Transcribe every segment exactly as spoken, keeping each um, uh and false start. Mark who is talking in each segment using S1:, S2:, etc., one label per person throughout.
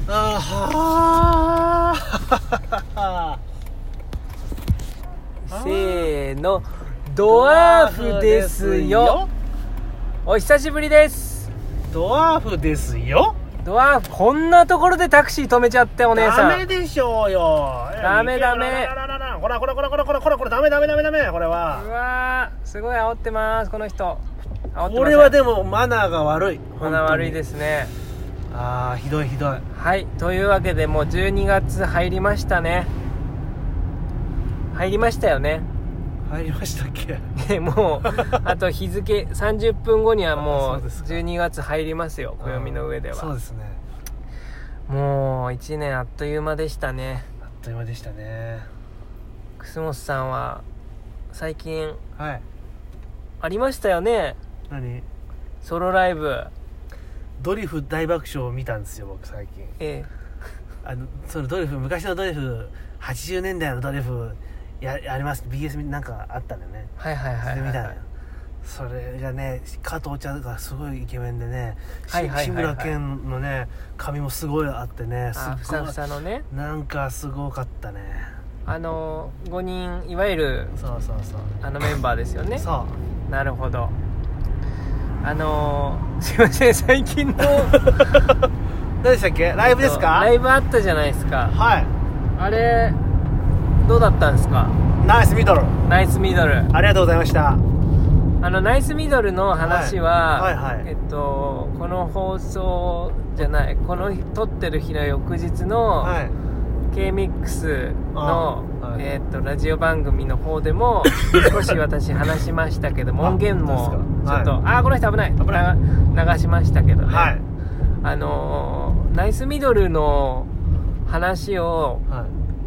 S1: あは
S2: せーの、ドワーフですよ。お久しぶりです。
S1: ドワーフですよ。
S2: ドワーフ、こんなところでタクシー止めちゃってお姉さん。
S1: ダメでしょうよ。
S2: ダメダメ。
S1: こらこらこらこらこらこらこらダメダメダメダメこれは。
S2: うわー、すごい煽ってますこの人。煽って
S1: これはでもマナーが悪い。
S2: マナー悪いですね。
S1: ああ、ひどいひどい。
S2: はい、というわけでもうじゅうにがつ入りましたね。入りましたよね。
S1: 入りましたっけ
S2: もうあと日付さんじゅっぷんごにはもう
S1: そうですか
S2: じゅうにがつ入りますよ、暦の上では。
S1: そうですね。
S2: もういちねんあっという間でしたね。
S1: あっという間でしたね。
S2: 楠本さんは最近
S1: はい。
S2: ありましたよね、
S1: 何？
S2: ソロライブ。
S1: ドリフ大爆笑を見たんですよ僕最近。
S2: ええ、
S1: あのそのドリフ、昔のドリフ、はちじゅうねんだいのドリフ や, やります ビーエス なんかあったんだよね。
S2: はいはいはいはい、はい、
S1: それ見たのよ。それがね、加藤茶がすごいイケメンでね、
S2: はいはいはいはい、
S1: 志村けんのね髪もすごいあってね、すっごい
S2: ふさふさのね、
S1: なんかすごかったね。
S2: あのごにんいわゆる
S1: そうそうそう、
S2: あのメンバーですよね。
S1: そう
S2: なるほど。あのー、すいません、最近の
S1: 何でしたっけ、ライブですか？
S2: ライブあったじゃないですか。
S1: はい。
S2: あれどうだったんですか？
S1: ナイスミドル。
S2: ナイスミドル、
S1: ありがとうございました。
S2: あのナイスミドルの話は、
S1: はいはいはい、
S2: えっとこの放送じゃない、この撮ってる日の翌日の、はい、K-ミックス の、はい、えー、っとラジオ番組の方でも少し私話しましたけども音源もちょっと、はい、あーこの人危ない、危ない流しましたけどね、はい、あのー、ナイスミドルの話を、はい、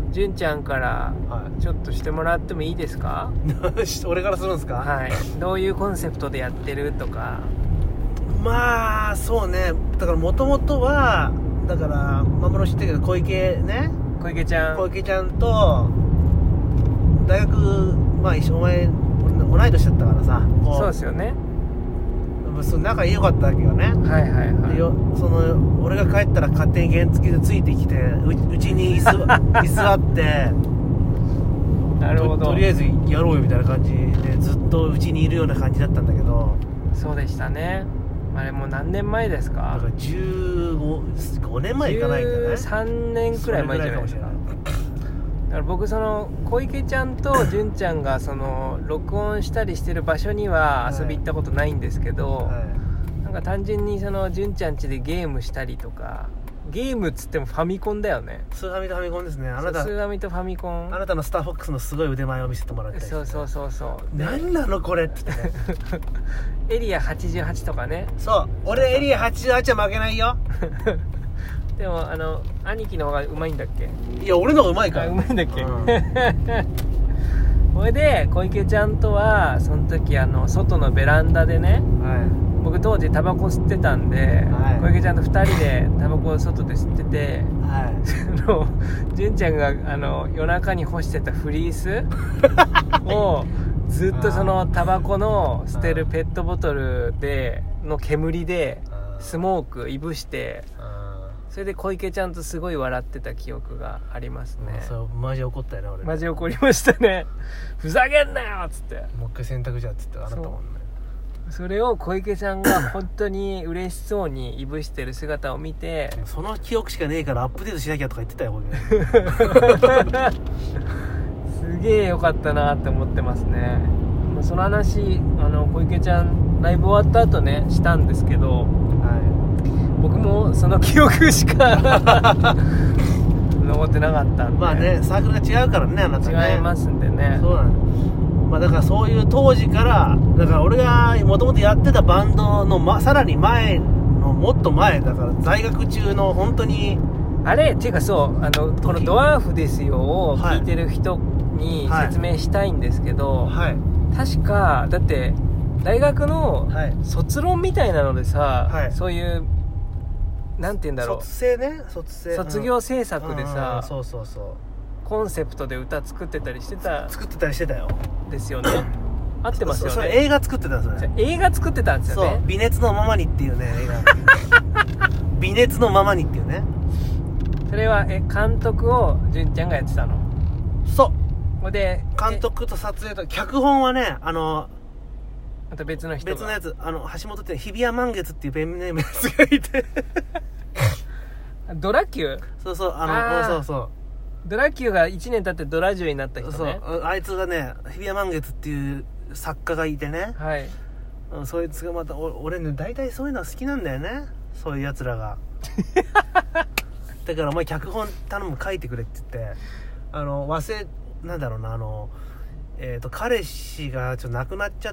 S2: 純ちゃんからちょっとしてもらってもいいですか？
S1: 俺からするんですか？
S2: はい。どういうコンセプトでやってるとか。
S1: まあそうね、だからもともとはだからまもろ知ってるけど小池ね、
S2: 小池ちゃん
S1: 小池ちゃんと大学、まあ一緒、お前同い年だったからさ、
S2: そうですよね、
S1: 仲良かったわけよね。
S2: はいはいはい。
S1: よその俺が帰ったら勝手に原付でついてきて う, うちに居座って
S2: なるほど
S1: と, とりあえずやろうよみたいな感じでずっとうちにいるような感じだったんだけど。
S2: そうでしたね。あれもう何年前ですか？
S1: だからじゅうご、ごねんまえいかないんじゃない？
S2: じゅうさんねんくらい前じゃないですか。だから僕その小池ちゃんと純ちゃんがその録音したりしてる場所には遊び行ったことないんですけど、はいはい、なんか単純にその純ちゃん家でゲームしたりとか、ゲームっつってもファミコンだよね。
S1: スーファミとファミコンですね。あなた
S2: スーファミとファミコン、
S1: あなたのスターフォックスのすごい腕前を見せてもらって、ね、
S2: そうそうそうそう、
S1: 何なのこれってね
S2: エリアはちじゅうはちとかね。
S1: そう俺エリアはちじゅうはちは負けないよ
S2: でもあの兄貴の方がうまいんだっけ？
S1: いや俺の方がうまいから。
S2: うまいんだっけ、うん、それで小池ちゃんとはその時あの外のベランダでね、はい、僕当時タバコ吸ってたんで、はい、小池ちゃんとふたりでタバコを外で吸ってて、はい、その純ちゃんがあの夜中に干してたフリースをずっとそのタバコの捨てるペットボトルでの煙でスモークいぶして、それで小池ちゃんとすごい笑ってた記憶がありますね。
S1: そうマジ怒ったよね俺ね。
S2: マジ怒りましたね。ふざけんなよっつって、
S1: もう一回洗濯じゃっつってあなたもんね。
S2: そ, それを小池ちゃんが本当に嬉しそうにいぶしてる姿を見て
S1: その記憶しかねえからアップデートしなきゃとか言ってたよ
S2: すげえ良かったなって思ってますね。その話あの小池ちゃんライブ終わった後ねしたんですけど、はい、僕もその記憶しか残ってなかったんで。
S1: まあね、サークルが違うからね、あなたね。
S2: 違いますんでね。
S1: そうなんです。まあだからそういう当時からだから俺がもともとやってたバンドの、ま、さらに前のもっと前だから在学中の本当に
S2: あれっていうかそうあのこのドワーフですよを聞いてる人に説明したいんですけど、はいはい、確かだって大学の卒論みたいなのでさ、はい、そういうなんて言うんだろう、
S1: 卒生ね、卒生
S2: 卒業制作でさ、
S1: うん、そうそうそう
S2: コンセプトで歌作ってたりしてた
S1: 作ってたりしてたよ
S2: ですよね合ってますよね。
S1: それ映画作ってたんですよね。
S2: 映画作ってたんですよね。
S1: そう微熱のままにっていうね映画微熱のままにっていうね
S2: それはえ監督を純ちゃんがやってたの？
S1: そう
S2: で
S1: 監督と撮影と脚本はね、あの
S2: また別の人が
S1: 別のやつ、あの橋本って日比谷満月っていうペンネームのやつがいて
S2: ドラキュー？
S1: そうそう、あの
S2: あ
S1: そうそう
S2: ドラキューがいちねん経ってドラジュになった人ね。
S1: そう、あいつがね日比谷満月っていう作家がいてね、
S2: はい、
S1: うん、そいつがまたお俺ね大体そういうの好きなんだよね、そういうやつらがだからお前脚本頼む、書いてくれって言って、あの忘れなんだろうな、あのえーと彼氏がちょっと亡くなっちゃって、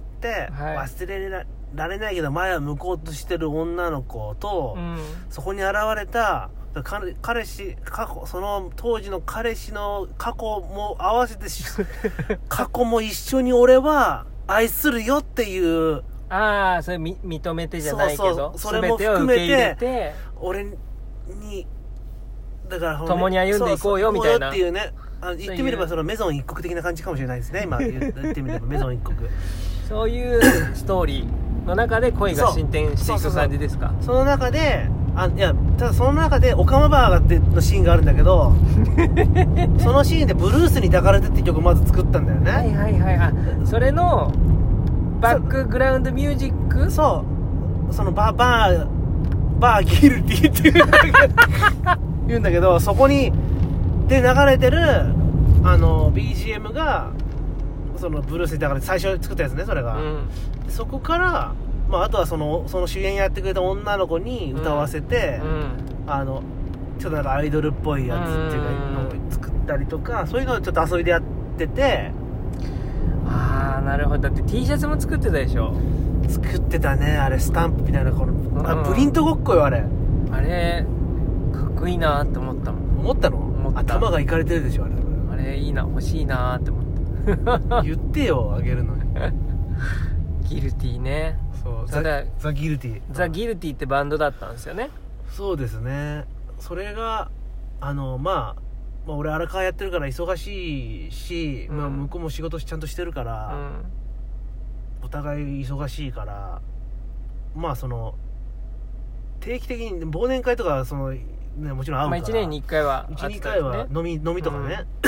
S1: はい、忘れられないけど前は向こうとしてる女の子と、うん、そこに現れた彼, 彼氏過去、その当時の彼氏の過去も合わせて過去も一緒に俺は愛するよっていう、
S2: ああそれみ認めてじゃないけど、
S1: そうそう、それも含めてて俺にだから、ね、
S2: 共に歩んでいこうよみたいな
S1: っていうね、あの言ってみればそのメゾン一国的な感じかもしれないですね、今言ってみればメゾン一国
S2: そういうストーリーの中で恋が進展していく感じですか？
S1: そ, そ, そ, その中で、あ、いや、ただその中でオカマバーガーってのシーンがあるんだけどそのシーンでブルースに抱かれてって曲をまず作ったんだよね。
S2: はいはいはい。あ、それのバックグラウンドミュージック？
S1: そうそのバーバーバーギルティっていう言うんだけど、そこにで流れてるあの ビージーエム がそのブルースに抱かれて最初作ったやつね、それが、うん、そこからまあ、あとはその、その主演やってくれた女の子に歌わせて、うん、あのちょっとなんかアイドルっぽいやつっていうのを作ったりとか、そういうのをちょっと遊びでやってて。
S2: ああなるほど。だって T シャツも作ってたでしょ？
S1: 作ってたね、あれスタンプみたいな、この、うん、あプリントごっこよあれ。
S2: あれかっこいいなって思ったもん。
S1: 思ったの？
S2: 思った。
S1: 頭がいかれてるでしょあれ。
S2: あれいいな、欲しいなって思った
S1: 言ってよ、あげるのに
S2: ギルティね。
S1: そうザ・ザ・ギルティ
S2: ザ・ギルティってバンドだったんですよね。
S1: そうですね。それがあの、まあ、まあ俺荒川やってるから忙しいし、うんまあ、向こうも仕事ちゃんとしてるから、うん、お互い忙しいからまあその定期的に忘年会とかその、ね、もちろん会うから、まあ、
S2: いちねんにいっかいは、
S1: いちにかいは飲み、飲みとかね、うん、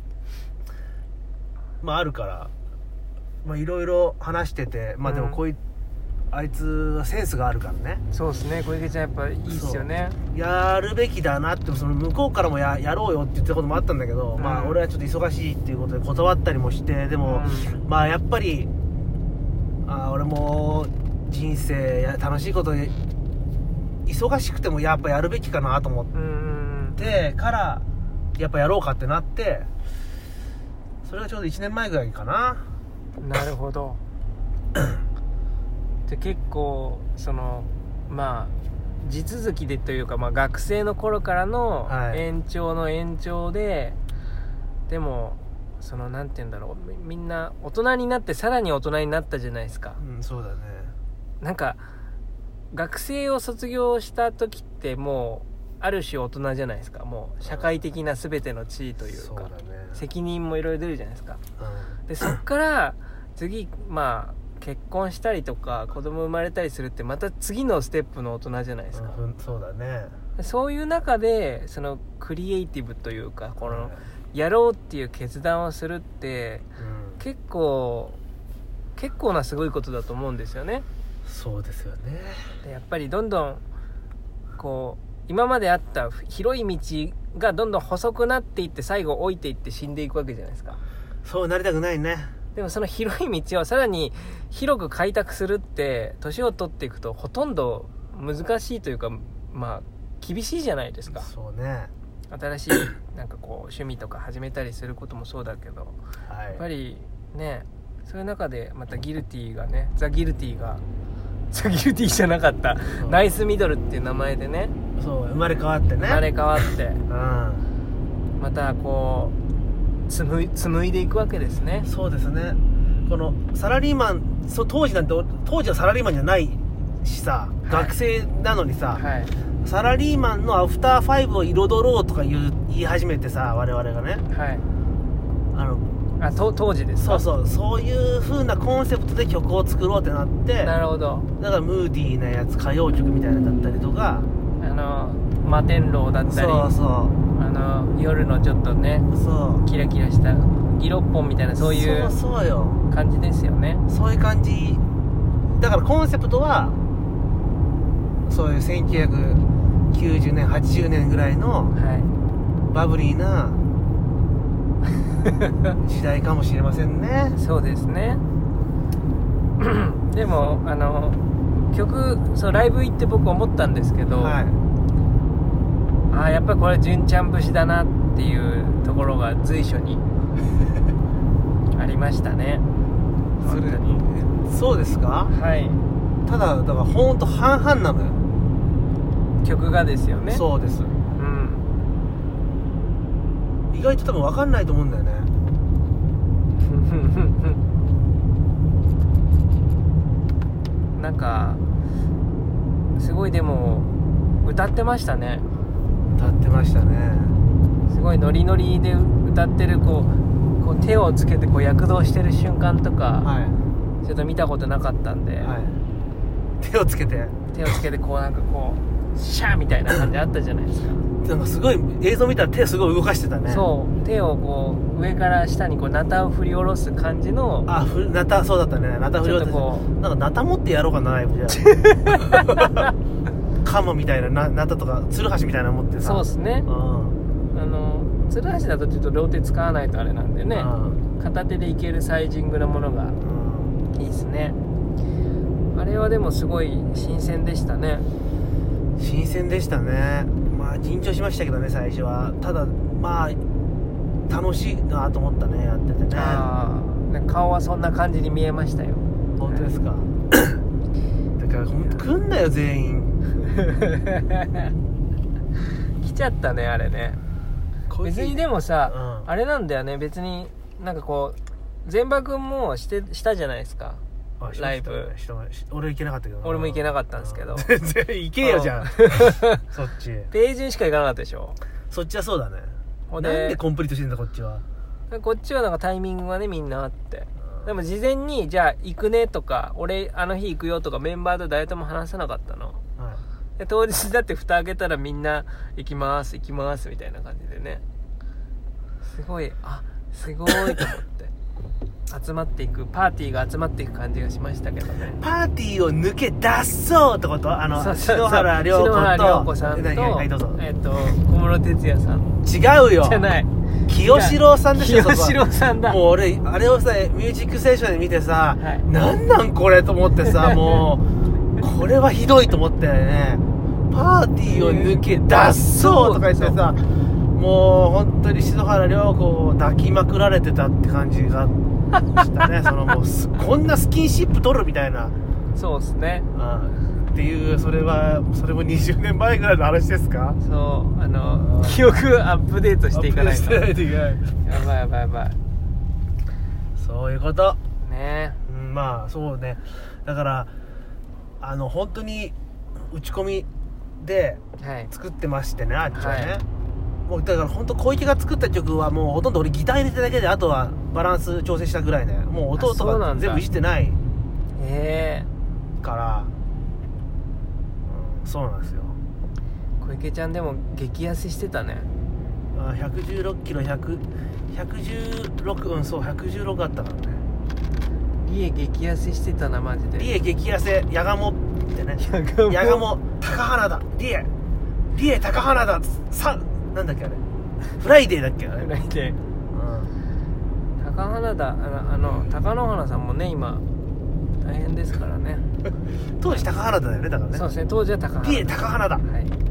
S1: まああるからまあいろいろ話してて、まあでもこういう、うんあいつはセンスがあるからね。
S2: そうですね、小池ちゃんやっぱいいっすよね。
S1: やるべきだなって、その向こうからも や, やろうよって言ったこともあったんだけど、うん、まあ俺はちょっと忙しいっていうことで断ったりもして、でも、うん、まあやっぱりあ俺も人生や楽しいことで忙しくてもやっぱやるべきかなと思ってからやっぱやろうかってなって、それがちょうどいちねんまえぐらいかな。
S2: なるほどで結構そのまあ地続きでというか、まあ、学生の頃からの延長の延長で、はい、でもそのなんて言うんだろう、みんな大人になってさらに大人になったじゃないですか。
S1: うん、そうだね。なん
S2: か学生を卒業した時ってもうある種大人じゃないですか。もう社会的な全ての地位というか、そうだね、責任もいろいろ出るじゃないですか、うん、でそっから次まあ結婚したりとか子供生まれたりするってまた次のステップの大人じゃないですか、
S1: うん、そうだね。
S2: そういう中でそのクリエイティブというかこのやろうっていう決断をするって、うん、結構結構なすごいことだと思うんですよね。
S1: そうですよね。
S2: でやっぱりどんどんこう今まであった広い道がどんどん細くなっていって最後置いていって死んでいくわけじゃないですか。
S1: そうなりたくないね。
S2: でもその広い道をさらに広く開拓するって年を取っていくとほとんど難しいというか、まあ厳しいじゃないですか。
S1: そうね。
S2: 新しいなんかこう趣味とか始めたりすることもそうだけど、はい、やっぱりね、そういう中でまたギルティがね、ザ・ギルティがザ・ギルティじゃなかったナイスミドルっていう名前でね、
S1: そう生まれ変わってね、
S2: 生まれ変わって、うん、またこう紡い、紡いでいくわけですね。
S1: そうですね。このサラリーマン、そう当時なんて当時はサラリーマンじゃないしさ、はい、学生なのにさ、はい、サラリーマンのアフターファイブを彩ろうとか言う言い始めてさ、我々がね、はい、あの
S2: あと当時です
S1: か。そうそう、そういう風なコンセプトで曲を作ろうってなって、
S2: なるほど。
S1: だからムーディーなやつ、歌謡曲みたいなのだったりとか、
S2: あの摩天楼だったり、
S1: そうそう、
S2: あの夜のちょっとね
S1: そう
S2: キラキラしたギロッポンみたいな、そういう
S1: そうそうよ、
S2: 感じですよね。
S1: そういう感じだから、コンセプトはそういうせんきゅうひゃくきゅうじゅうねんはちじゅうねんぐらいの
S2: は
S1: バブリーな時代かもしれませんね。
S2: い、そうですね。でもあの曲、そうライブ行って僕思ったんですけど、
S1: はい、
S2: ああやっぱりこれ純ちゃん節だなっていうところが随所にありましたね。
S1: それ
S2: 本当に。
S1: そうですか。
S2: はい、
S1: ただだからほんと半々なのよ、
S2: 曲がですよね。
S1: そうです。
S2: うん、
S1: 意外と多分分かんないと思うんだよね。
S2: なんかすごいでも歌ってましたね。
S1: 歌ってましたね。
S2: すごいノリノリで歌ってる、こう、こう手をつけてこう躍動してる瞬間とか、
S1: はい、
S2: ちょっと見たことなかったんで、
S1: はい、手をつけて
S2: 手をつけてこうなんかこうシャーみたいな感じあったじゃないですか。
S1: なんかすごい映像見たら手すごい動かしてたね。
S2: そう手をこう上から下にこうナタを振り下ろす感じの、
S1: あふナタ、そうだったね、ナタ振り下ろして
S2: ちょっとこう
S1: なんかナタ持ってやろうかな、ライブじゃカモみたいななナタとかツルハシみたいなの持ってさ。
S2: そうですね。
S1: うん、
S2: あのツルハシだとちょっと両手使わないとあれなんでね、
S1: うん、
S2: 片手でいけるサイジングのものがいいですね。あれはでもすごい新鮮でしたね。
S1: 新鮮でしたね。まあ緊張しましたけどね、最初は。ただまあ楽しいなと思ったね、やっててね。
S2: ああ、顔はそんな感じに見えましたよ。
S1: 本当ですか。だから本当来んなよ全員。
S2: 来ちゃったね、あれね。別にでもさ、
S1: うん、
S2: あれなんだよね、別になんかこう全場君もしてしたじゃないですか、ライブ。
S1: 俺行けなかったけどな。
S2: 俺も行けなかったんですけど、
S1: 全然行けよじゃんそっち
S2: ページにしか行かなかったでしょ。
S1: そっちはそうだね。
S2: ほん
S1: なん
S2: で
S1: でコンプリートしてんだこっちは。
S2: こっちはなんかタイミングがねみんなあって、でも事前にじゃあ行くねとか俺あの日行くよとかメンバーと誰とも話さなかったの、はい、で当日だって蓋開けたらみんな行きます行きますみたいな感じでね、すごいあすごいと思って集まっていく、パーティーが集まっていく感じがしましたけどね。
S1: パーティーを抜け出そうってこと？あの篠原涼子と
S2: 篠原涼子さんと、
S1: はい、どうぞ。
S2: えっと小室哲哉さん。
S1: 違うよ。
S2: じゃない。
S1: 清志郎さんでしょ。
S2: 清志郎さんだ。
S1: もう俺あれをさミュージックステーションで見てさ、
S2: はい、
S1: なんなんこれと思ってさ、もうこれはひどいと思ってね。パーティーを抜け出そうとか言ってさ、もう本当に篠原涼子を抱きまくられてたって感じがしたね。そのもうこんなスキンシップ取るみたいな。
S2: そうですね。
S1: うん、っていう、それはそれもにじゅうねんまえぐらいの話ですか。
S2: そうあの記憶アップデートしていかないと。
S1: アップデートしてないといけない。
S2: やばいやばいやばい。
S1: そういうこと
S2: ね。
S1: うん、まあそうね。だからあの本当に打ち込みで作ってましてね、はい、あっちはね、はい、もうだから本当小池が作った曲はもうほとんど俺ギター入れてだけで、あとはバランス調整したぐらいね。もう音とか全部いじってない
S2: へえ
S1: から、うん、そうなんですよ。
S2: 小池ちゃんでも激痩せしてたね。
S1: あひゃくじゅうろっキロひゃく、ひゃくじゅうろく、うんそうひゃくじゅうろくあったからね。
S2: リエ激痩せしてたなマジで。
S1: リエ激痩せヤガモってね。ヤガモ高花だリエリエ高花ださなんだっけあれフライデーだっけあれ
S2: フライデー、
S1: うん、
S2: 高花だあの、あの高野花さんもね今大変ですからね
S1: 当時高花だよね。だからね。
S2: そうですね、当時は高花。
S1: リエ高花だ、はい、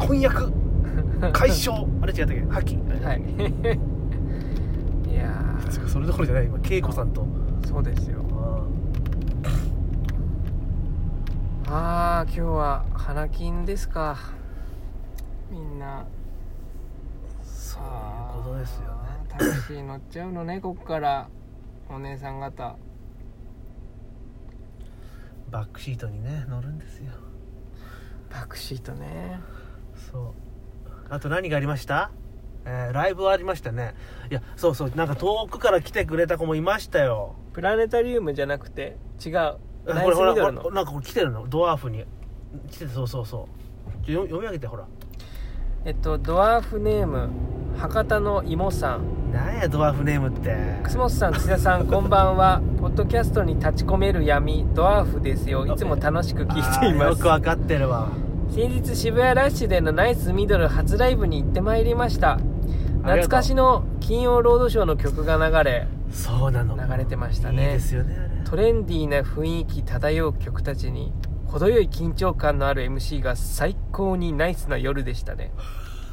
S1: 婚約解消あれ違ったっけ破棄
S2: はいいや
S1: ーそれどころじゃない今恵子さんと。
S2: そうですよ。ああ今日は花金ですか。みんな
S1: そういうことですよね。
S2: タクシー乗っちゃうのねこっからお姉さん方
S1: バックシートにね乗るんですよ。
S2: バックシートね。
S1: そうあと何がありました、えー、ライブはありましたね。いやそうそうなんか遠くから来てくれた子もいましたよ。
S2: プラネタリウムじゃなくて違うナイス
S1: ほら
S2: ミドルの
S1: ほらなんかこれ来てるのドワーフに来てて。そうそうそう読み上げてほら
S2: えっとドワーフネーム博多の芋さん。
S1: なんやドワーフネームって。
S2: 楠本さん、土田さん、こんばんは。ポッドキャストに立ち込める闇、ドワーフですよ。いつも楽しく聞いています。
S1: よくわかってるわ。
S2: 先日渋谷ラッシュでのナイスミドル初ライブに行ってまいりました。懐かしの金曜ロードショーの曲が流れ、
S1: そうなの、
S2: 流れてましたね。
S1: いいですよね、あれ。
S2: トレンディーな雰囲気漂う曲たちに程よい緊張感のある エムシー が最高にナイスな夜でしたね。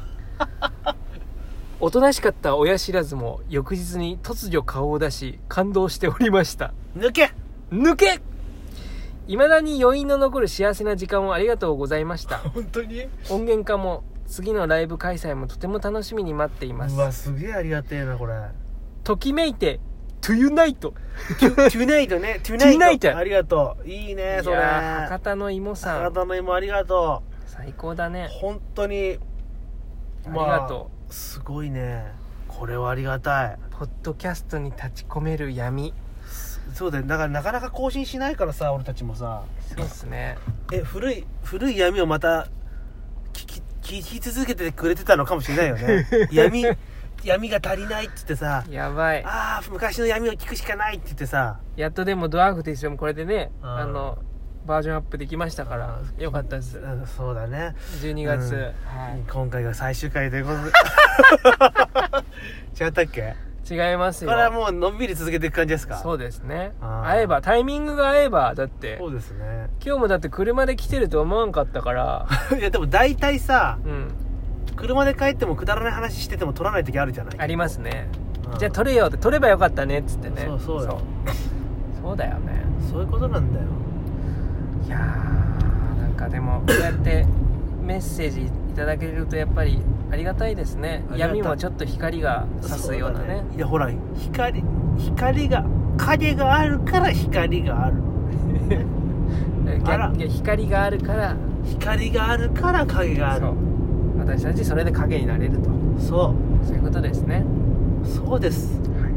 S2: おとなしかった親知らずも翌日に突如顔を出し感動しておりました。
S1: 抜け
S2: 抜け未だに余韻の残る幸せな時間をありがとうございました。
S1: 本当に
S2: 音源化も次のライブ開催もとても楽しみに待っています。
S1: うわ、すげえありがてえなこれ。
S2: ときめいてトゥユナイト
S1: トゥナイトね、トゥナイトありがとう。いいねそれ。
S2: 博多の芋さん、
S1: 博多の芋ありがとう。
S2: 最高だね。
S1: 本当に、
S2: まあ、ありがと
S1: う。すごいね、これはありがたい。
S2: ポッドキャストに立ち込める闇。
S1: そうだよ、だからなかなか更新しないからさ、俺たちもさ。
S2: そうっすね。
S1: え、古い古い闇をまた聞き聞き続けてくれてたのかもしれないよね。闇闇が足りないって言ってさ、
S2: やばい、
S1: ああ昔の闇を聞くしかないって言ってさ、
S2: やっとでもドワーフですよ、これでね、
S1: あ,
S2: あのバージョンアップできましたからよかったです。
S1: そうだね、
S2: じゅうにがつ、
S1: うん、
S2: はい、
S1: 今回が最終回ということで違ったっけ。
S2: 違いますよ。
S1: これはもうのんびり続けていく感じですか。
S2: そうですね、会えば、タイミングが合えば。だって
S1: そうですね、
S2: 今日もだって車で来てると思わんかったから
S1: いやでも大体さ、
S2: うん、
S1: 車で帰ってもくだらない話してても撮らない時あるじゃない。
S2: ありますね、
S1: うん、
S2: じゃあ撮れよって、撮ればよかったねっつってね。
S1: そうそうよ、
S2: そうそうだよね、
S1: そういうことなんだよ。
S2: いやー、なんかでもこうやってメッセージいただけるとやっぱりありがたいですね。闇もちょっと光が差すような ね,
S1: ね。いやほら、光光が影があるから光があるあら、
S2: 光があるから
S1: 光があるから影がある。
S2: そう、私たちそれで影になれると。
S1: そう
S2: そういうことですね。
S1: そうです、
S2: はい、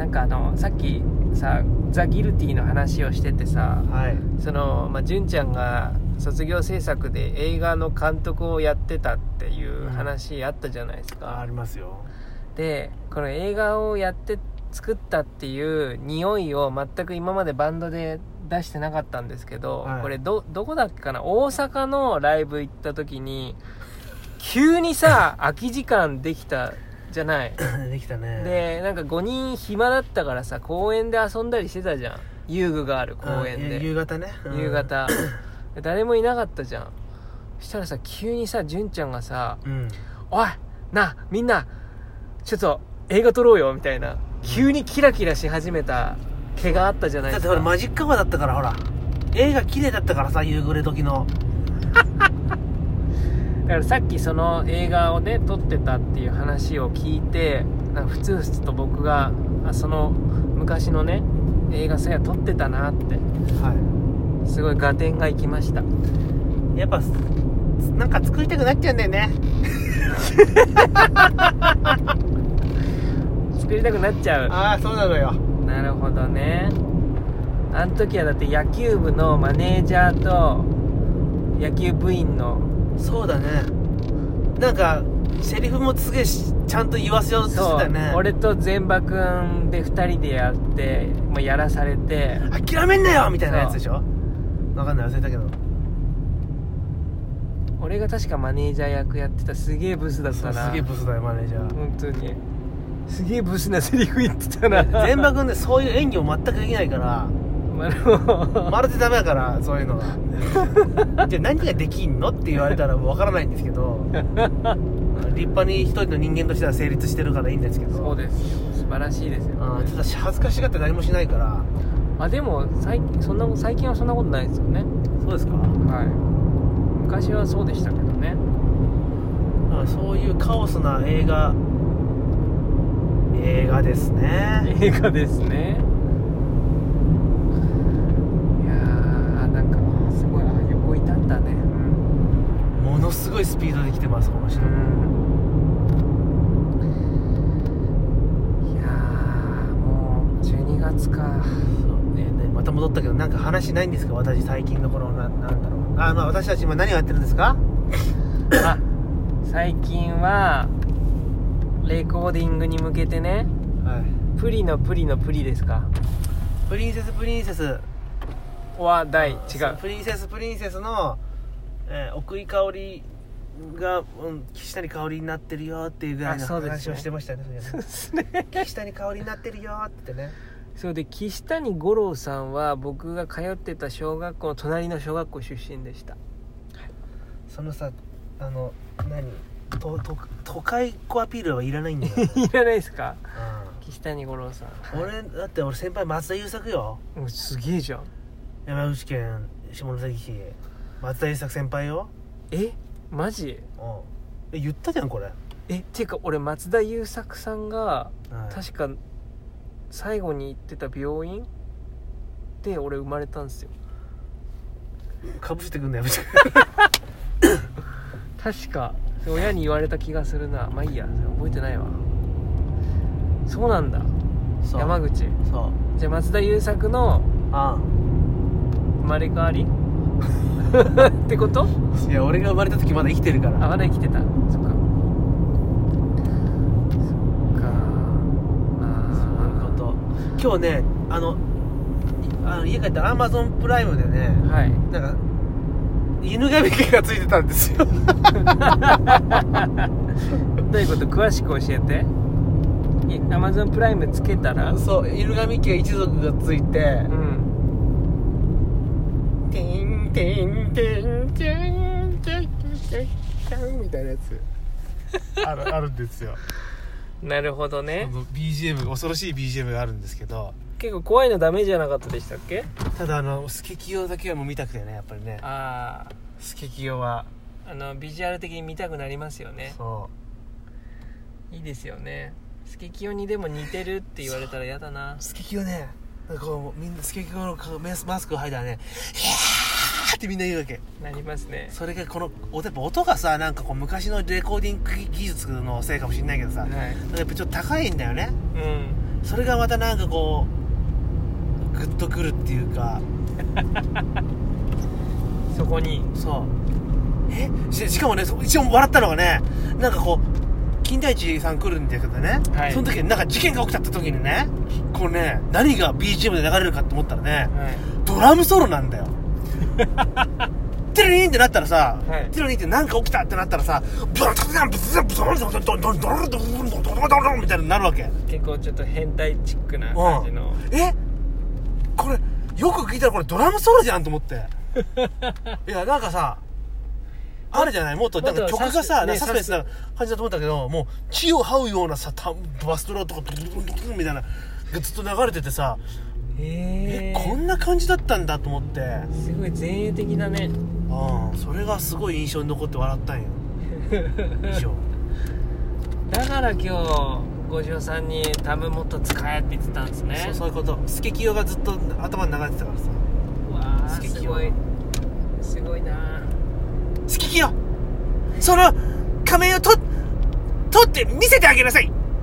S2: なんかあのさっきさザ・ギルティの話をしててさ、
S1: はい、
S2: そのまあ純ちゃんが卒業制作で映画の監督をやってたっていう話あったじゃないですか、
S1: うん、あ, ありますよ。
S2: でこの映画をやって作ったっていう匂いを全く今までバンドで出してなかったんですけど、はい、これ ど, どこだっけかな、大阪のライブ行った時に急にさ空き時間できたじゃない
S1: できたね。
S2: でなんかごにん暇だったからさ、公園で遊んだりしてたじゃん、遊具がある公園で。
S1: 夕方ね、
S2: うん、夕方誰もいなかったじゃん。そしたらさ急にさ純ちゃんがさ、うん、おいなみんなちょっと映画撮ろうよみたいな、急にキラキラし始めた毛があったじゃないですか。
S1: だってほらマジックアワーだったから、ほら映画綺麗だったからさ、夕暮れ時の
S2: だからさっきその映画をね撮ってたっていう話を聞いて、なんかふつふつと僕がその昔のね映画そうや撮ってたなって、はい、すごい合点がいきました。
S1: やっぱなんか作りたくなっちゃうんだよね
S2: 作りたくなっちゃう。
S1: ああそうなのよ。
S2: なるほどね。あの時はだって野球部のマネージャーと野球部員の。
S1: そうだね、なんかセリフもすげえちゃんと言わせようとしてたよね。
S2: 俺と善馬くんでふたりでやってもうやらされて、
S1: 諦めんなよみたいなやつでしょ。分かんない、忘れたけど。
S2: 俺が確かマネージャー役やってた。すげえブスだったな。
S1: すげえブスだよマネージャー、
S2: 本当にすげえブスなセリフ言ってたな。
S1: 善馬くんね、そういう演技を全くできないからまるでダメだから、そういうのがじゃあ何ができんのって言われたら分からないんですけど立派に一人の人間としては成立してるからいいんですけど。
S2: そうですよ、素晴らしいですよ、ね、
S1: あただ恥ずかしがって何もしないから。
S2: あでも最近そんな最近はそんなことないですよね。
S1: そうですか。
S2: はい、昔はそうでしたけどね。
S1: あそういうカオスな映画映画ですね。
S2: 映画ですね。だね、
S1: ものすごいスピードで来てますこの人、うん、
S2: いやもうじゅうにがつか。
S1: そうね、ねまた戻ったけど、なんか話ないんですか私最近の頃。な、なんだろう、あ、まあ、私たち今何をやってるんですか
S2: あ、最近はレコーディングに向けてね、
S1: はい、
S2: プリのプリのプリですか。
S1: プリンセスプリンセス
S2: は大違う。
S1: プリンセスプリンセスの、えー、奥井香織が、うん、岸谷香織になってるよっていうぐらいの話をしてましたね。そうですね。岸谷香織になってるよってね。
S2: そうで、岸谷五郎さんは僕が通ってた小学校の隣の小学校出身でした。
S1: そのさ、あの何とと都会っ子アピールはいらないんだよ。
S2: いらないですか、
S1: うん、
S2: 岸谷五郎さん。
S1: 俺だって俺先輩松田優作よ。
S2: すげえじゃん。
S1: 山口県下関市松田優作先輩よ。
S2: えマジ？
S1: うん、え言ったじゃんこれ。
S2: えっていうか俺松田優作さんが、はい、確か最後に行ってた病院で俺生まれたんですよ。
S1: かぶしてくんのやめて。
S2: 確か親に言われた気がするな。まあいいや、覚えてないわ。そうなんだ。山口。そうじゃあ松田優作のああ生まれ変わりってこと？
S1: いや俺が生まれた時まだ生きてるから。
S2: あ、まだ生きてた。そっかそっか。
S1: あ、そういうこと。今日ね、あのあの家帰ってアマゾンプライムでね、はい、なんか犬神家がついてたんですよ。どういう
S2: こと詳しく教えて。アマゾンプライムつけたら、
S1: そう犬神家一族がついて、うん、ティンティンティンティンティンティンみたいなやつある、あるんですよ。
S2: なるほどね。
S1: ビージーエム 恐ろしい ビージーエム があるんですけど、
S2: 結構怖いのダメじゃなかったでしたっけ？
S1: ただあのスケキヨだけはもう見たくてね、やっぱりね。
S2: ああ、
S1: スケキヨは
S2: あのビジュアル的に見たくなりますよね。
S1: そう
S2: いいですよね。スケキヨにでも似てるって言われたら嫌だな。
S1: スケキヨね、なんかこうみんなスケキヨのマスクを剥いだらね、ヒャーってみんな言うわけ。
S2: なりますね。
S1: それがこのやっぱ音がさ、なんかこう昔のレコーディング技術のせいかもしれないけどさ、はい、やっぱちょっと高いんだよね。うん。それがまたなんかこうグッとくるっていうか。
S2: そこに
S1: そうえ し, しかもね、一応笑ったのがね、なんかこう金田一さん来るんだけどね、はい、その時になんか事件が起きたって時にね、こうね、何が ビージーエム で流れるかって思ったらね、はい、ドラムソロなんだよ。テレリンってなったらさ、はい、テレリンってなんか起きたってなったらさ、ブランブランブランブランブランブランみたいになるわけ。
S2: 結構ちょっと変態チックな感じの、
S1: うん、えこれよく聞いたらこれドラムソロじゃんと思って。いやなんかさあるじゃない、もっとなんか曲がさ、ね、サスペンスな感じだと思ったけど、もう血を這うようなさバストラとかドゥドゥドゥドゥみたいながずっと流れててさ、えー、こんな感じだったんだと思って。
S2: すごい前衛的だね。
S1: ああ、それがすごい印象に残って笑ったんよ。以上。
S2: だから今日五条さんにタブもっと使えって言ってたんですね。
S1: そう、そういうこと。スケキヨがずっと頭に流れてたからさ。
S2: うわー、スケキヨすごいすごいな。
S1: スケキヨ、その仮面をと取って見せてあげなさい。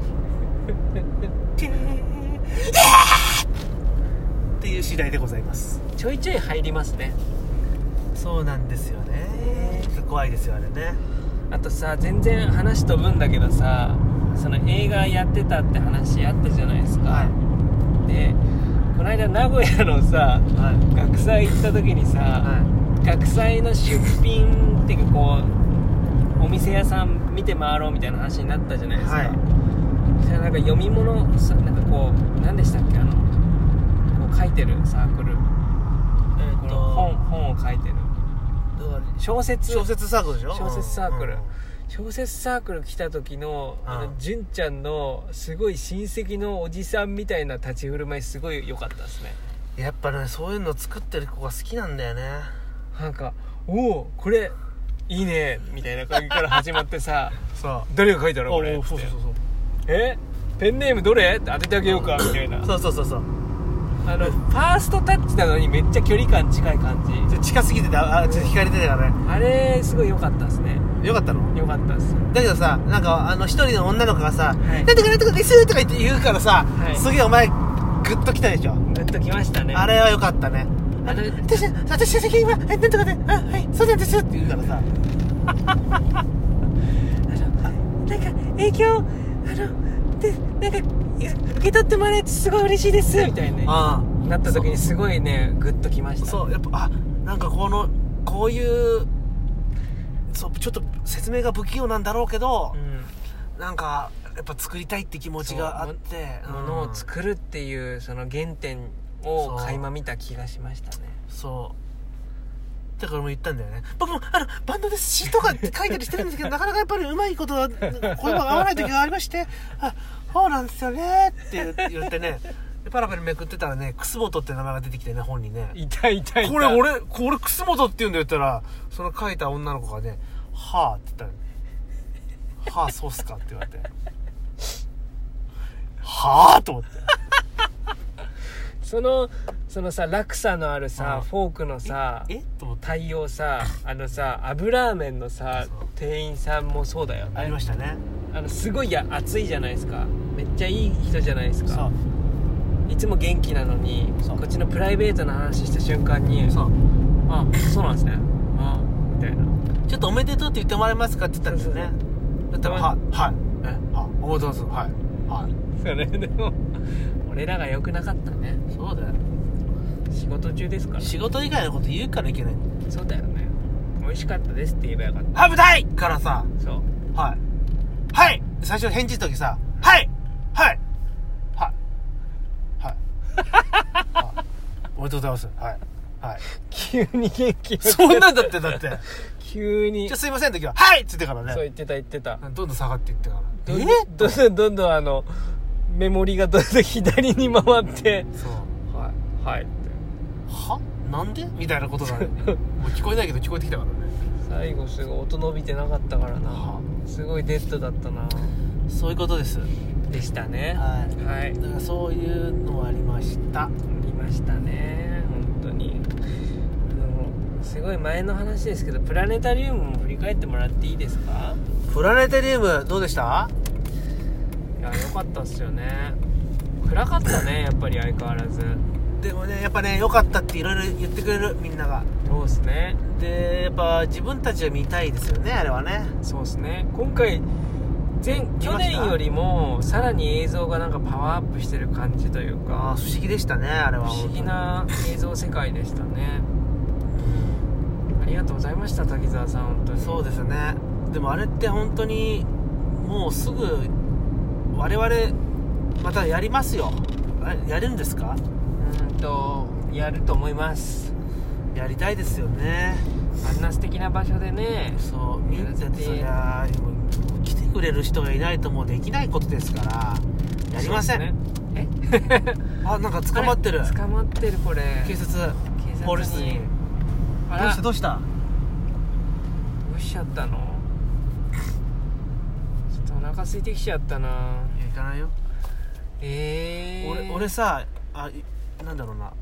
S1: っていう次第でございます。
S2: ちょいちょい入りますね。
S1: そうなんですよね。怖いですよあれね。
S2: あとさ、全然話飛ぶんだけどさ、その映画やってたって話あったじゃないですか、はい、でこの間名古屋のさ、はい、学祭行った時にさ、はい、学祭の出品っていうかこうお店屋さん見て回ろうみたいな話になったじゃないですか、はい、そしたらなんか読み物さ、なんかこう何でしたっけ、あのこう書いてるサークル、えー、この 本, 本を書いてる小説
S1: 小説サークルでしょ。
S2: 小説サークル、うん、小説サークル来た時の、うん、あの純ちゃんのすごい親戚のおじさんみたいな立ち振る舞いすごい良かったですね。
S1: やっぱね、そういうの作ってる子が好きなんだよね。
S2: なんかおおこれいいねみたいな感じから始まってさ
S1: そう
S2: 誰が書いたのこれ、
S1: そうそうそうそう、
S2: えペンネームどれって当ててあげようかみたいな。
S1: そうそうそうそう、
S2: あのファーストタッチなのにめっちゃ距離感近い感じ。
S1: 近すぎてて、あ、ちょっと惹かれてたからね。
S2: あれすごい良かったですね。
S1: 良かったの？
S2: 良かったです。
S1: だけどさ、なんかあの一人の女の子がさ、
S2: はい、
S1: なんとかなんとかですとか言って言うからさ、はい、すげえお前グッときたでしょ。
S2: グッときましたね。
S1: あれは良かったね。あの私私先今なんとかで、あ、はいそうなんですって言うからさ、
S2: なんか影響あのでなんか受け取ってもらえてすごい嬉しいですみたいな、ね、
S1: あ
S2: なった時にすごいねグッときました。
S1: そうやっぱあなんかこのこういうそうちょっと説明が不器用なんだろうけど、うん、なんかやっぱ作りたいって気持ちがあって
S2: ものを作るっていうその原点を垣間見た気がしましたね。
S1: そうだからもう言ったんだよね。僕もあのバンドで詩とか書いたりしてるんですけどなかなかやっぱりうまいことは言葉が合わない時がありましてあそうなんですよねって言ってねパラパラめくってたらね楠本って名前が出てきてね本にね
S2: いたいたいた
S1: これ俺これ楠本って言うんだよって言ったらその書いた女の子がねはあって言ったらねはあそうっすかって言われてはあと思って
S2: そのそのさ落差のあるさ、
S1: うん、
S2: フォークのさ
S1: えと思って
S2: 対応さあのさ油ラーメンのさ店員さんもそうだよね。
S1: ありましたね。
S2: あのすごいや熱いじゃないですか。めっちゃいい人じゃないですか。
S1: そう
S2: いつも元気なのにこっちのプライベートな話した瞬間に
S1: そう
S2: あそうなんですねあみたいな
S1: ちょっとおめでとうって言ってもらえますかって言ったんですよね。だったらはいはいえはおめでとうございますはいはい
S2: それでも俺らが良くなかったね。
S1: そうだよ
S2: 仕事中ですから
S1: 仕事以外のこと言うからいけないんだよ。
S2: そうだよね。美味しかったですって言えばよかった。
S1: はい舞台からさ
S2: そう
S1: はいはい最初返事の時さはいはいはいはいおめでとうございますはいはい
S2: 急に元気
S1: そんなんだってだって
S2: 急に
S1: じゃあすいませんの時ははいっつってからね
S2: そう言ってた言ってた
S1: どんどん下がっていってから
S2: どんどんどんどんどんどんあのメモリがどんどん左に回って
S1: そう
S2: はいはいって
S1: はなんでみたいなことがねもう聞こえないけど聞こえてきたからね
S2: 最後すごい音伸びてなかったからなすごいデッドだったな。
S1: そういうことです
S2: でしたね
S1: はい、
S2: はい、
S1: だからそういうのはありました
S2: ありましたね本当に。あのすごい前の話ですけどプラネタリウムも振り返ってもらっていいですか。
S1: プラネタリウムどうでした？
S2: いや良かったっすよね。暗かったねやっぱり相変わらず。
S1: でもねやっぱね良かったっていろいろ言ってくれるみんなが。
S2: そうですね。
S1: でやっぱ自分たちは見たいですよねあれはね。
S2: そうですね。今回前去年よりもさらに映像がなんかパワーアップしてる感じというか
S1: あ不思議でしたねあれは。
S2: 不思議な映像世界でしたね。ありがとうございました滝沢さん本当に。
S1: そうですね。でもあれって本当にもうすぐ我々またやりますよ。あれやるんですか？
S2: うんとやると思います。
S1: やりたいですよね。
S2: あんな素敵な場所でね。
S1: そうみんなでそりゃ来てくれる人がいないともうできないことですからやりません、ね、
S2: え
S1: あなんか捕まってる
S2: 捕まってるこれ
S1: 警察
S2: 警察に
S1: ポリスに
S2: あ
S1: どうしたどうした
S2: どうしちゃったの。ちょっとお腹空いてきちゃったな。
S1: いや行かないよ。
S2: えー、
S1: 俺俺さあなんだろうな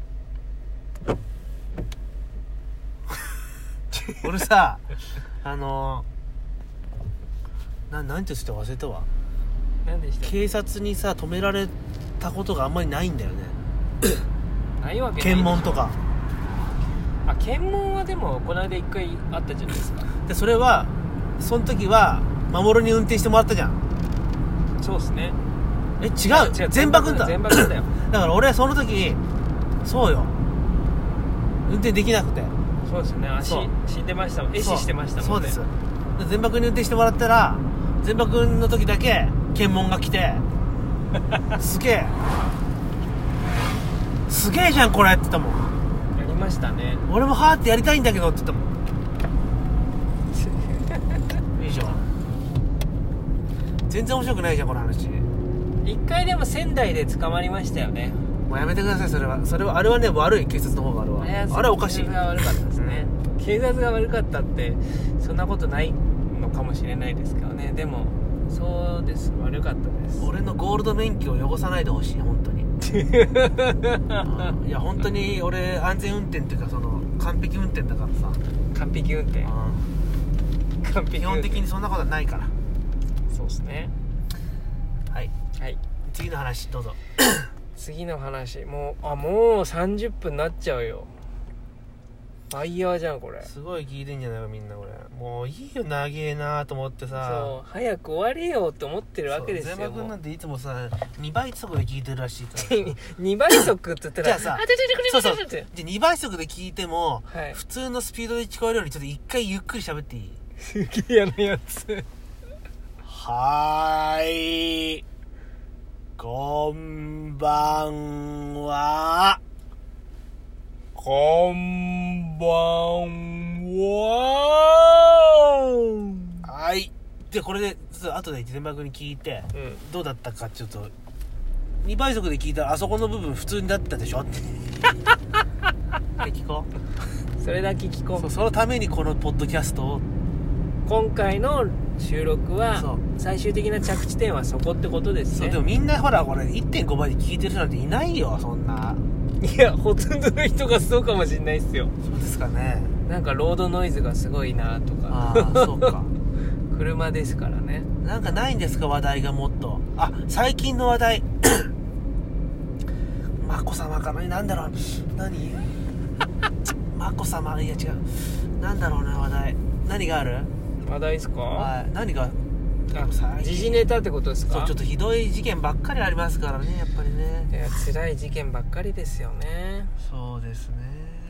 S1: 俺さあのななんて言ってたか忘れたわ。
S2: 何でしたっけ。
S1: 警察にさ止められたことがあんまりないんだよね
S2: ないわけない。
S1: 検問とか。
S2: あ検問はでもこの間一回あったじゃないですか。
S1: でそれはその時は守に運転してもらったじゃん。
S2: そうですね。
S1: え違う
S2: 違う
S1: 全爆だ
S2: 全爆だよ
S1: だから俺その時そうよ運転できなくて。
S2: そうですよね。足死んでましたもん。壊死してましたもんね。
S1: そうです。全爆に運転してもらったら全爆の時だけ検問が来てすげえすげえじゃんこれって言ったもん。
S2: やりましたね。
S1: 俺もはーってやりたいんだけどって言ったもんいいじゃん。全然面白くないじゃんこの話。
S2: 一回でも仙台で捕まりましたよね。
S1: もうやめてくださいそれは。それはあれはね悪い警察の方があるわ。あれはあれはおかしい。
S2: 警察が悪かったですね、うん、警察が悪かったってそんなことないのかもしれないですけどね。でもそうです悪かったです。
S1: 俺のゴールド免許を汚さないでほしい本当にいや本当に俺安全運転っていうかその完璧運転だからさ。
S2: 完璧運転完璧運転
S1: 基本的にそんなことはないから。
S2: そうですね。
S1: はい
S2: はい
S1: 次の話どうぞ
S2: 次の話もうあもうさんじゅっぷんになっちゃうよ。 ファイヤーじゃんこれ。
S1: すごい聞いてんじゃないかみんなこれ。もういいよ長えなと思ってさ。
S2: そう早く終われよって思ってるわけですよ。
S1: 全部君なんていつもさにばい速で聞いてるらしいから
S2: にばい速って言ったら
S1: じゃあさ
S2: あてててくれ
S1: そうそう
S2: てて
S1: じゃあにばい速で聞いても、
S2: はい、
S1: 普通のスピードで聞こえるようにちょっと一回ゆっくり喋っていい？
S2: すげえ嫌なやつ。
S1: はーいこんばんは。
S2: こんばんは。
S1: はい。でこれでちょっと後で全幕に聞いて、
S2: うん、
S1: どうだったかちょっとにばい速で聞いたらあそこの部分普通になったでしょって聞こう。
S2: それだけ聞こう。
S1: そうそのためにこのポッドキャストを。
S2: 今回の収録は最終的な着地点はそこってことですね。
S1: そうでもみんなほらこれ いってんご 倍で聞いてる人なんていないよそんな。
S2: いやほとんどの人がそうかもしれないっすよ。
S1: そうですかね。
S2: なんかロードノイズがすごいなとか。
S1: ああそうか
S2: 車ですからね。
S1: なんかないんですか話題がもっと。あ最近の話題眞子さまかな。なんだろう何眞子さまいや違うなんだろうね話題何がある
S2: 話題ですか。
S1: はい何が
S2: 時事ネタってことですか。
S1: そうちょっとひどい事件ばっかりありますからねやっぱりね。
S2: いや辛い事件ばっかりですよね。
S1: そうですね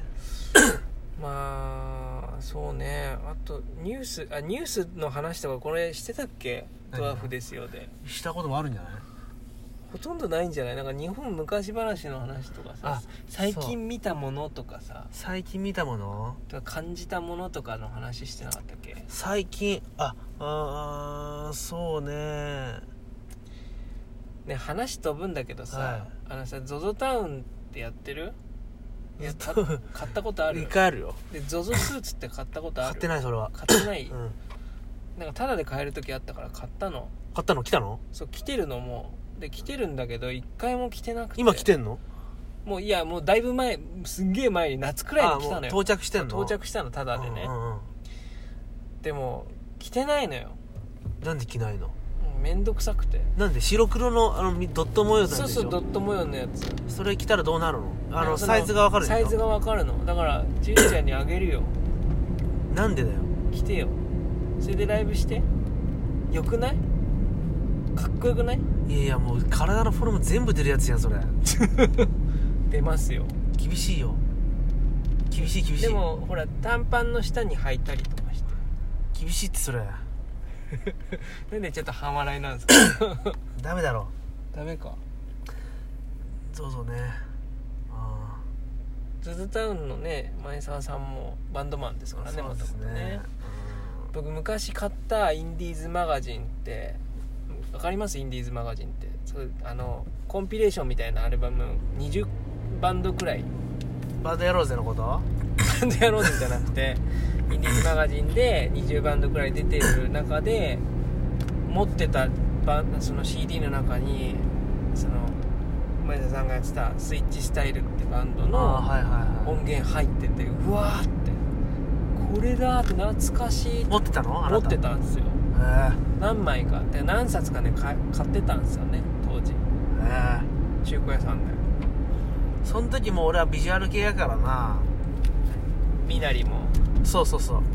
S2: まあそうね。あとニュースあニュースの話とかこれしてたっけ。ドワーフですよで
S1: したこともあるんじゃない。
S2: ほとんどないんじゃない。なんか日本昔話の話とかさ最近見たものとかさ
S1: 最近見たもの
S2: とか感じたものとかの話してなかったっけ。
S1: 最近ああそうね
S2: ね話飛ぶんだけどさ、はい、あのさ ゾゾ タウンってやってる。いや買ったことある。
S1: 一回あるよ。
S2: で ゾゾ スーツって買ったことある。
S1: 買ってないそれは。
S2: 買ってない、
S1: うん、
S2: なんかタダで買える時あったから買ったの。
S1: 買ったの来たの。
S2: そう来てるのもで来てるんだけど一回も来てなくて。
S1: 今来てんの。
S2: もういやもうだいぶ前すんげえ前に夏くらいに来たのよ。
S1: 到着してんの。
S2: 到着したのタダでね、
S1: うんうんうん、
S2: でも来てないのよ。
S1: なんで着ないの。
S2: めんどくさくて。
S1: なんで白黒のあのドット模様なんでしょ。
S2: そうそうドット模様のやつ。
S1: それ着たらどうなるの。あのサイズがわかるでしょ。
S2: サイズがわかるのだからジュリちゃんにあげるよ。
S1: なんでだよ。
S2: 来てよ。それでライブしてよくない。かっこよくない。
S1: いやいやもう体のフォルム全部出るやつやんそれ
S2: 出ますよ。
S1: 厳しいよ厳しい厳しい。
S2: でもほら短パンの下に履いたりとかして
S1: 厳しいってそれ
S2: なんでちょっと半笑いなんですか
S1: ダメだろ。
S2: ダメか。
S1: そうそうね。あ
S2: ゾゾタウンのね前澤さんもバンドマンですからね。
S1: そうですね、
S2: ね、僕昔買ったインディーズマガジンってわかります。インディーズマガジンってそうあのコンピレーションみたいなアルバムにじゅうバンドくらい。
S1: バンドやろうぜのこと。
S2: バンドやろうぜじゃなくてインディーズマガジンでにじゅうバンドくらい出てる中で持ってたバその シーディー の中にその前田さんがやってたスイッチスタイルってバンドの音源入ってて、うわーってこれだって懐かしい。
S1: 持ってたの。あなた
S2: 持ってたんですよ。
S1: へ
S2: 何枚かで何冊かね買ってたんですよね当時。
S1: へ
S2: 中古屋さんで。
S1: その時も俺はビジュアル系やからな。
S2: みなりも。
S1: そうそうそう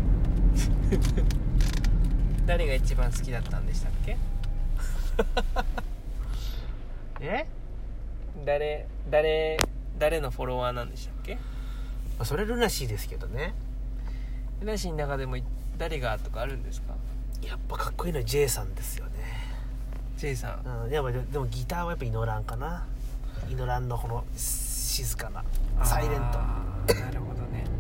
S2: 誰が一番好きだったんでしたっけ
S1: え
S2: 誰誰誰のフォロワーなんでしたっけ。
S1: それルナシーですけどね。
S2: ルナシーの中でも誰がとかあるんですか。
S1: やっぱかっこいいのは J さんですよね。
S2: J さん、
S1: うん、やっぱでもギターはやっぱイノランかな。イノランのこの静かなサイレント。
S2: なるほどね。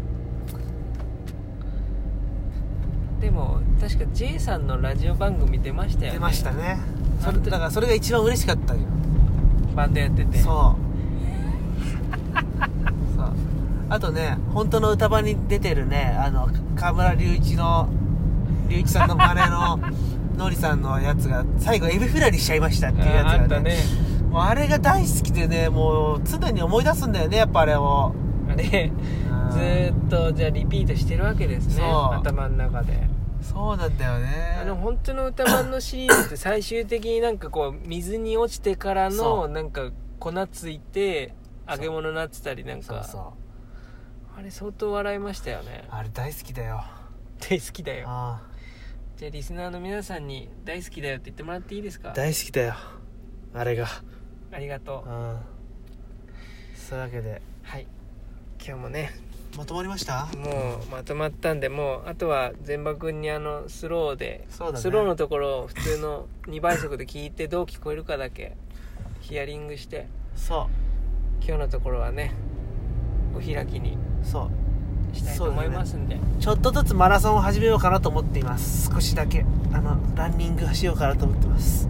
S2: でも確か J さんのラジオ番組出ましたよね。
S1: 出ましたね。それだからそれが一番嬉しかったよ。
S2: バンドやってて。
S1: そうそうあとね本当の歌場に出てるねあの河村隆一の隆一さんの真似のノリさんのやつが最後エビフライにしちゃいましたっていうやつが ね,
S2: あ, あったね。
S1: もうあれが大好きでねもう常に思い出すんだよねやっぱあれを。
S2: あれずーっとじゃあリピートしてるわけですね頭の中で。
S1: そうなんだよね。
S2: あの本当の歌版のシリーズって最終的になんかこう水に落ちてからのなんか粉ついて揚げ物になってたりなんか。
S1: そうそう
S2: あれ相当笑いましたよね。
S1: あれ大好きだよ。
S2: 大好きだよ。
S1: あ
S2: じゃあリスナーの皆さんに大好きだよって言ってもらっていいですか。
S1: 大好きだよあれが。
S2: ありがとう。
S1: うんそういうわけで
S2: はい今日もね
S1: まとまりました。
S2: もうまとまったんで、もうあとは全場君にあのスローで、
S1: そうだね、
S2: スローのところを普通のにばい速で聞いてどう聞こえるかだけヒアリングして、
S1: そう
S2: 今日のところはねお開きに
S1: そう
S2: したいと思いますんで、
S1: ね、ちょっとずつマラソンを始めようかなと思っています。少しだけあのランニングしようかなと思ってます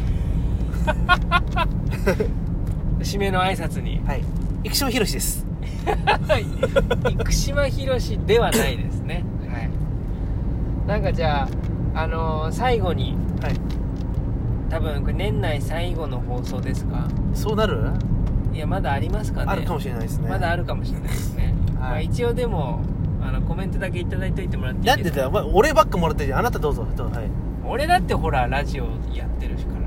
S2: 締めの挨拶に、
S1: はい生島博です。
S2: 生島博ではないですね。はい。なんかじゃああのー、最後に、はい、多分これ年内最後の放送ですか。
S1: そうなる？
S2: いやまだありますかね。
S1: あるかもしれないですね。
S2: まだあるかもしれないですね。はいまあ、一応でもあのコメントだけいただいといてもらっていいですか。
S1: なんでだよ、お前俺ばっかもらってるじゃん。あなたどうぞどうぞ、はい、
S2: 俺だってほらラジオやってるしから、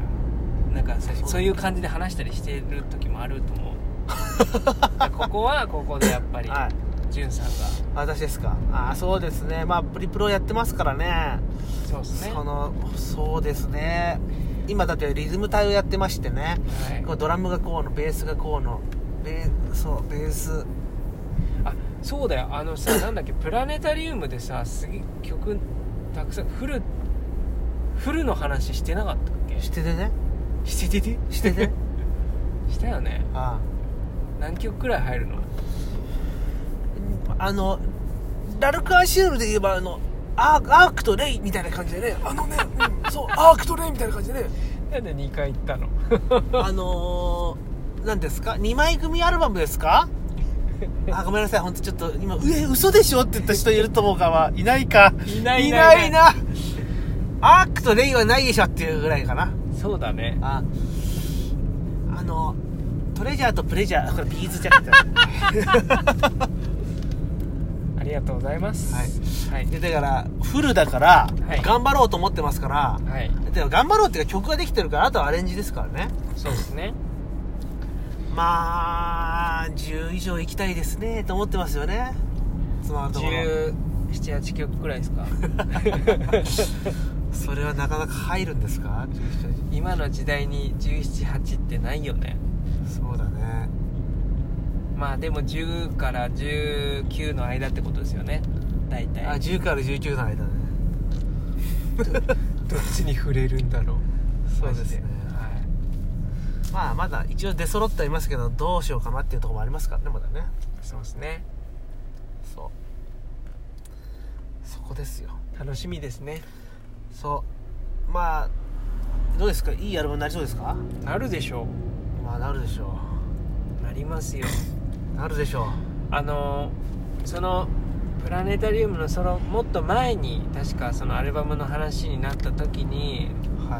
S2: なんかさそういう感じで話したりしてる時もあると思うここはここでやっぱり、はい、ジュンさんが。
S1: 私ですか。ああそうですね、まあプリプロやってますからね。
S2: そうですね。
S1: そのそうですね、今だってリズム隊をやってましてね、はい、こうドラムがこうのベースがこうのベーそうベース
S2: あそうだよ、あのさなんだっけプラネタリウムでさすげ曲たくさんフルフルの話してなかったっけ。
S1: しててね
S2: してて
S1: してて
S2: したよね。
S1: ああ
S2: 何曲くらい入るの。
S1: あのラルクアシュールで言えばあのアー, アークとレイみたいな感じでね、あのね、うん、そうアークとレイみたいな感じでね。
S2: なんでにかい行ったの
S1: あのー、何ですかにまい組アルバムですかあごめんなさい本当ちょっと今え嘘でしょって言った人いると思うかはいないか
S2: いない
S1: いないな。アークとレイはないでしょっていうぐらいかな。
S2: そうだね。
S1: ああのトレジャーとプレジャーこれビーズじゃなくて
S2: ありがとうございます。
S1: はい、
S2: はい、
S1: でだからフルだから、はい、頑張ろうと思ってますから、
S2: はい、
S1: で頑張ろうっていうか曲ができてるからあとはアレンジですからね。
S2: そうですね。
S1: まあじゅう以上行きたいですねと思ってますよね。
S2: じゅうなな、はちきょくくらいですか
S1: それはなかなか入るんですか。
S2: 今の時代にじゅうなな、はちってないよね。
S1: そうだね。
S2: まあでもじゅうからじゅうきゅうの間ってことですよね大体。
S1: あじゅうからじゅうきゅうの間ね
S2: ど, どっちに触れるんだろう。
S1: そうですね、はい、まあまだ一応出揃ってはいますけどどうしようかなっていうところもありますからねまだね。
S2: そうですね。
S1: そうそこですよ。
S2: 楽しみですね。
S1: そうまあどうですかいいアルバムになりそうですか。
S2: なるでしょ
S1: う。まあなるでしょ
S2: う。なりますよ。
S1: なるでしょう。
S2: あのそのプラネタリウムのそのもっと前に確かそのアルバムの話になった時に、はい、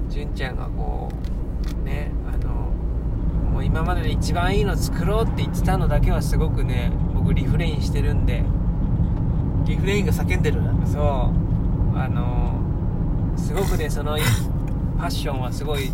S2: 純ちゃんがこうねあのもう今までで一番いいの作ろうって言ってたのだけはすごくね僕リフレインしてるんで。
S1: リフレインが叫んでる。
S2: そうあのすごくねそのパッションはすごい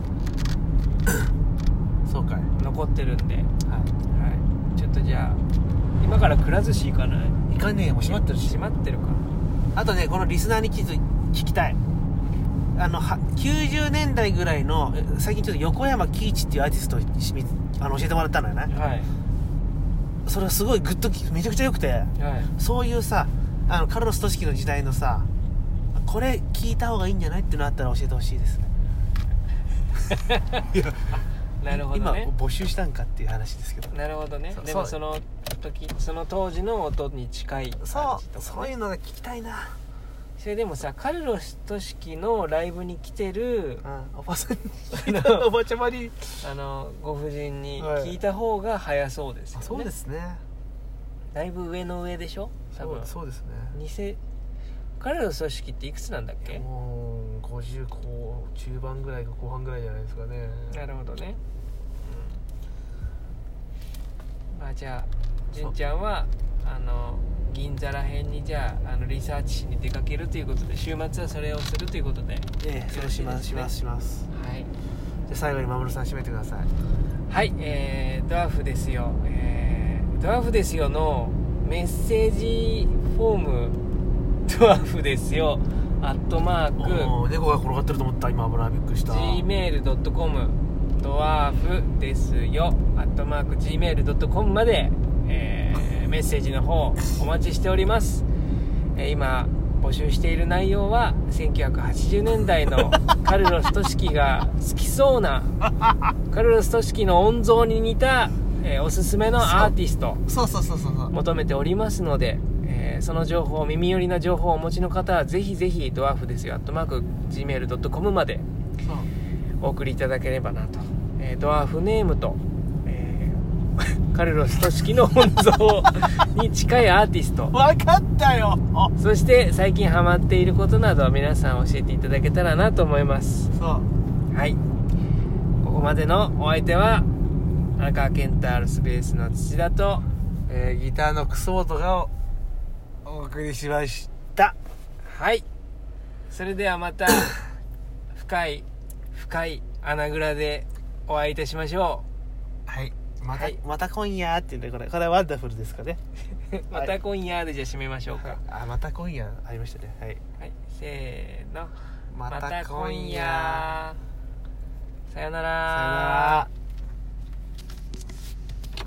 S1: そうかい
S2: 残ってるんで、はいはい、ちょっとじゃあ今からくら寿司行かない？
S1: 行かねえよもう閉まってるし。
S2: 閉まってるか。あ
S1: とねこのリスナーに聞きたいあのはきゅうじゅうねんだいぐらいの最近ちょっと横山喜一っていうアーティストをあの教えてもらったのよね。はいそれはすごいグッとめちゃくちゃ良くて、はい、そういうさあのカルロス・トシキの時代のさこれ聞いた方がいいんじゃないっていうのあったら教えてほしいですねいや
S2: なるほどね。
S1: 今募集したんかっていう話ですけど。
S2: なるほどね。でもその時その当時の音に近い感じとか、ね、
S1: そうそういうのが聞きたいな。
S2: それでもさカルロス・トシキのライブに来てる、
S1: うん、おばさんにおばちゃまに
S2: あのご婦人に聞いた方が早そうですよね。
S1: そうですね。
S2: だいぶ上の上でしょ多分。
S1: そう、そうですね。
S2: 偽カルロス・トシキっていくつなんだっけ。
S1: もうごじゅうこう中盤ぐらいか後半ぐらいじゃないですかね。
S2: なるほどね、うん、まあじゃあ純ちゃんはあの銀座ら辺にじゃあ、あのリサーチしに出かけるということで週末はそれをするということで。
S1: ええそうしますしますします。はい。じゃあ最後に守さん締めてください。
S2: はい、えー、ドワーフですよ、えー、 ドワーフですよのメッセージフォーム、ドワーフですよアットマーク
S1: 猫が転がってると思った。今危ない、びっくりした。
S2: ジーメールドットコム ドワーフですよアットマーク ジーメールドットコム まで、えー、メッセージの方お待ちしております。えー、今募集している内容はせんきゅうひゃくはちじゅうねんだいのカルロス・トシキが好きそうなカルロス・トシキの音像に似た、えー、おすすめのアーティスト
S1: そうそうそうそうそう
S2: 求めておりますので、えー、その情報、耳寄りな情報をお持ちの方はぜひぜひドワーフですよアットマーク ジーメールドットコム までお送りいただければなと、えー、ドワーフネームと、えー、カルロス・トシキの音像に近いアーティスト
S1: 分かったよ。
S2: そして最近ハマっていることなどは皆さん教えていただけたらなと思います。
S1: そう
S2: はい、ここまでのお相手は荒川健太アルスベースの土田と、
S1: えー、ギターのクソ音がお送りしました。
S2: はい、それではまた深い深い穴蔵でお会いいたしましょ
S1: う。はい、また、
S2: はい、
S1: また今夜っていうんで、これこれはワンダフルですかね。
S2: また今夜でじゃあ締めましょうか。
S1: あ、また今夜ありましたね。はい、
S2: はい、せーの、
S1: また今夜、
S2: また今夜、さよなら。
S1: さよなら。